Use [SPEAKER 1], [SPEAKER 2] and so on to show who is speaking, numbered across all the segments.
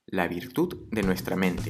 [SPEAKER 1] la virtud de nuestra mente.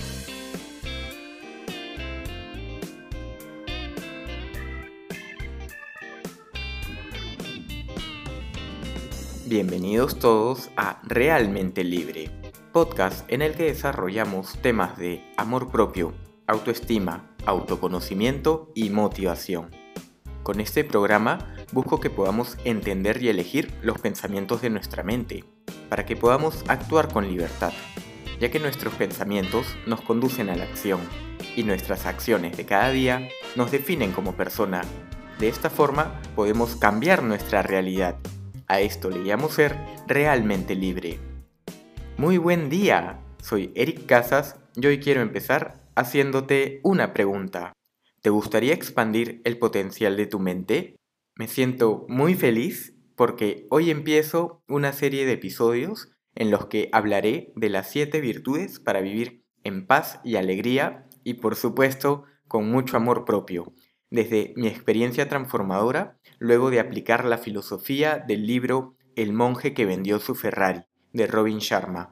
[SPEAKER 1] Bienvenidos todos a Realmente Libre, podcast en el que desarrollamos temas de amor propio, autoestima, autoconocimiento y motivación. Con este programa busco que podamos entender y elegir los pensamientos de nuestra mente, para que podamos actuar con libertad, ya que nuestros pensamientos nos conducen a la acción y nuestras acciones de cada día nos definen como persona. De esta forma podemos cambiar nuestra realidad. A esto le llamo ser realmente libre. Muy buen día, soy Eric Casas y hoy quiero empezar haciéndote una pregunta. ¿Te gustaría expandir el potencial de tu mente? Me siento muy feliz porque hoy empiezo una serie de episodios en los que hablaré de las 7 virtudes para vivir en paz y alegría y por supuesto con mucho amor propio, desde mi experiencia transformadora luego de aplicar la filosofía del libro El monje que vendió su Ferrari, de Robin Sharma.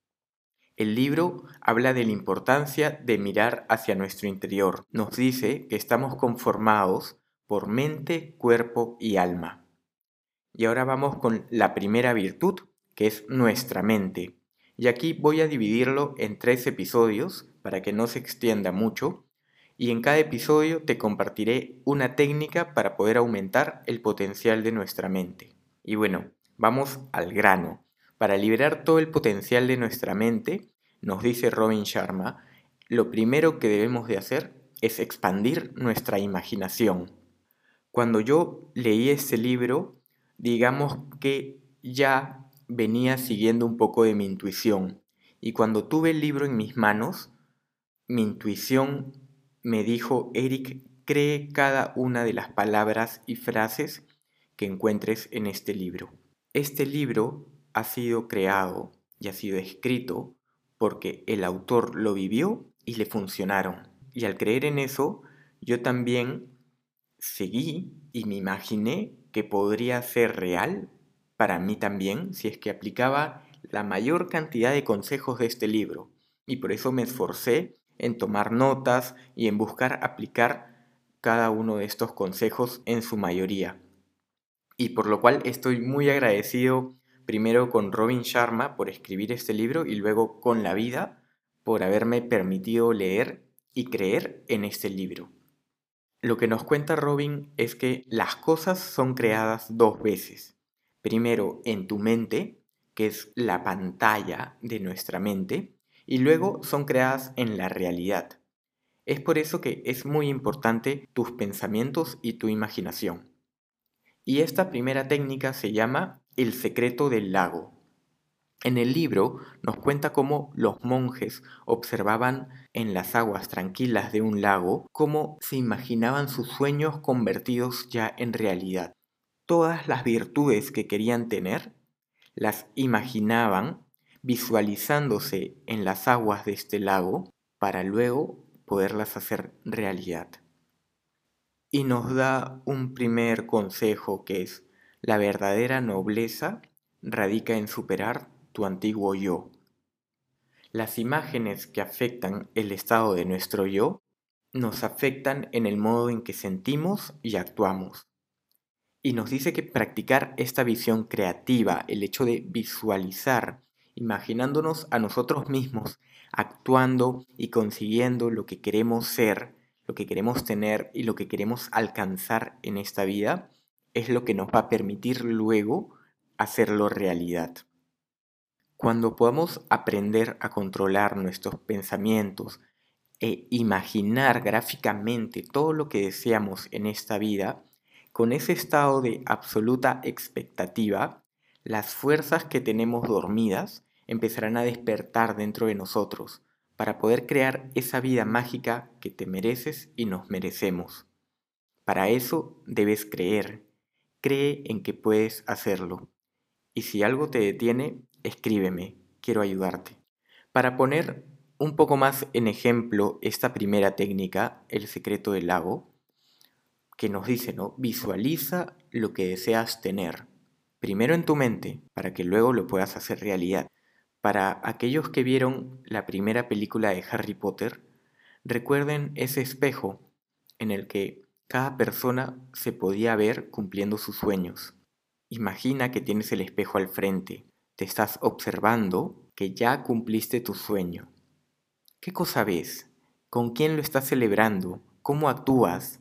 [SPEAKER 1] El libro habla de la importancia de mirar hacia nuestro interior. Nos dice que estamos conformados por mente, cuerpo y alma. Y ahora vamos con la primera virtud, que es nuestra mente. Y aquí voy a dividirlo en 3 episodios para que no se extienda mucho. Y en cada episodio te compartiré una técnica para poder aumentar el potencial de nuestra mente. Y bueno, vamos al grano. Para liberar todo el potencial de nuestra mente, nos dice Robin Sharma, lo primero que debemos de hacer es expandir nuestra imaginación. Cuando yo leí este libro, digamos que ya venía siguiendo un poco de mi intuición. Y cuando tuve el libro en mis manos, mi intuición me dijo, Eric, cree cada una de las palabras y frases que encuentres en este libro. Este libro ha sido creado y ha sido escrito porque el autor lo vivió y le funcionaron. Y al creer en eso, yo también seguí y me imaginé que podría ser real para mí también si es que aplicaba la mayor cantidad de consejos de este libro. Y por eso me esforcé en tomar notas y en buscar aplicar cada uno de estos consejos en su mayoría. Y por lo cual estoy muy agradecido primero con Robin Sharma por escribir este libro y luego con la vida por haberme permitido leer y creer en este libro. Lo que nos cuenta Robin es que las cosas son creadas 2 veces. Primero en tu mente, que es la pantalla de nuestra mente, y luego son creadas en la realidad. Es por eso que es muy importante tus pensamientos y tu imaginación. Y esta primera técnica se llama el secreto del lago. En el libro nos cuenta cómo los monjes observaban en las aguas tranquilas de un lago cómo se imaginaban sus sueños convertidos ya en realidad. Todas las virtudes que querían tener las imaginaban visualizándose en las aguas de este lago para luego poderlas hacer realidad. Y nos da un primer consejo que es: la verdadera nobleza radica en superar tu antiguo yo. Las imágenes que afectan el estado de nuestro yo nos afectan en el modo en que sentimos y actuamos. Y nos dice que practicar esta visión creativa, el hecho de visualizar, imaginándonos a nosotros mismos actuando y consiguiendo lo que queremos ser, lo que queremos tener y lo que queremos alcanzar en esta vida, es lo que nos va a permitir luego hacerlo realidad. Cuando podamos aprender a controlar nuestros pensamientos e imaginar gráficamente todo lo que deseamos en esta vida, con ese estado de absoluta expectativa, las fuerzas que tenemos dormidas empezarán a despertar dentro de nosotros para poder crear esa vida mágica que te mereces y nos merecemos. Para eso debes creer. Cree en que puedes hacerlo. Y si algo te detiene, escríbeme, quiero ayudarte. Para poner un poco más en ejemplo esta primera técnica, el secreto del lago, que nos dice, ¿no? Visualiza lo que deseas tener, primero en tu mente, para que luego lo puedas hacer realidad. Para aquellos que vieron la primera película de Harry Potter, recuerden ese espejo en el que cada persona se podía ver cumpliendo sus sueños. Imagina que tienes el espejo al frente, te estás observando que ya cumpliste tu sueño. ¿Qué cosa ves? ¿Con quién lo estás celebrando? ¿Cómo actúas?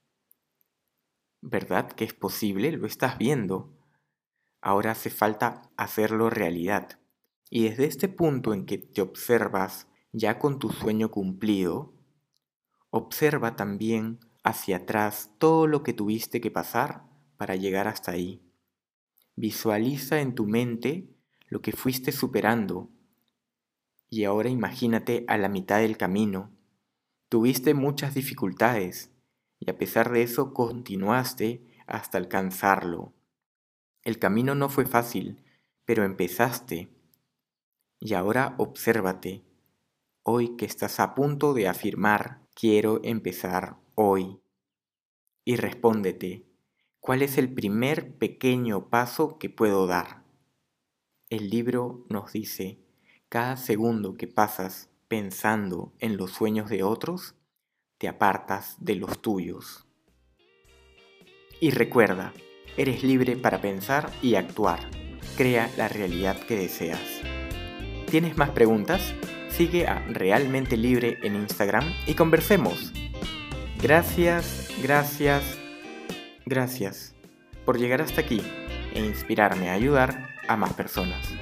[SPEAKER 1] ¿Verdad que es posible? Lo estás viendo. Ahora hace falta hacerlo realidad. Y desde este punto en que te observas ya con tu sueño cumplido, observa también hacia atrás todo lo que tuviste que pasar para llegar hasta ahí. Visualiza en tu mente lo que fuiste superando y ahora imagínate a la mitad del camino. Tuviste muchas dificultades y a pesar de eso continuaste hasta alcanzarlo. El camino no fue fácil, pero empezaste. Y ahora obsérvate, hoy que estás a punto de afirmar, quiero empezar hoy. Y respóndete, ¿cuál es el primer pequeño paso que puedo dar? El libro nos dice, cada segundo que pasas pensando en los sueños de otros, te apartas de los tuyos. Y recuerda, eres libre para pensar y actuar. Crea la realidad que deseas. ¿Tienes más preguntas? Sigue a Realmente Libre en Instagram y conversemos. Gracias por llegar hasta aquí e inspirarme a ayudar a más personas.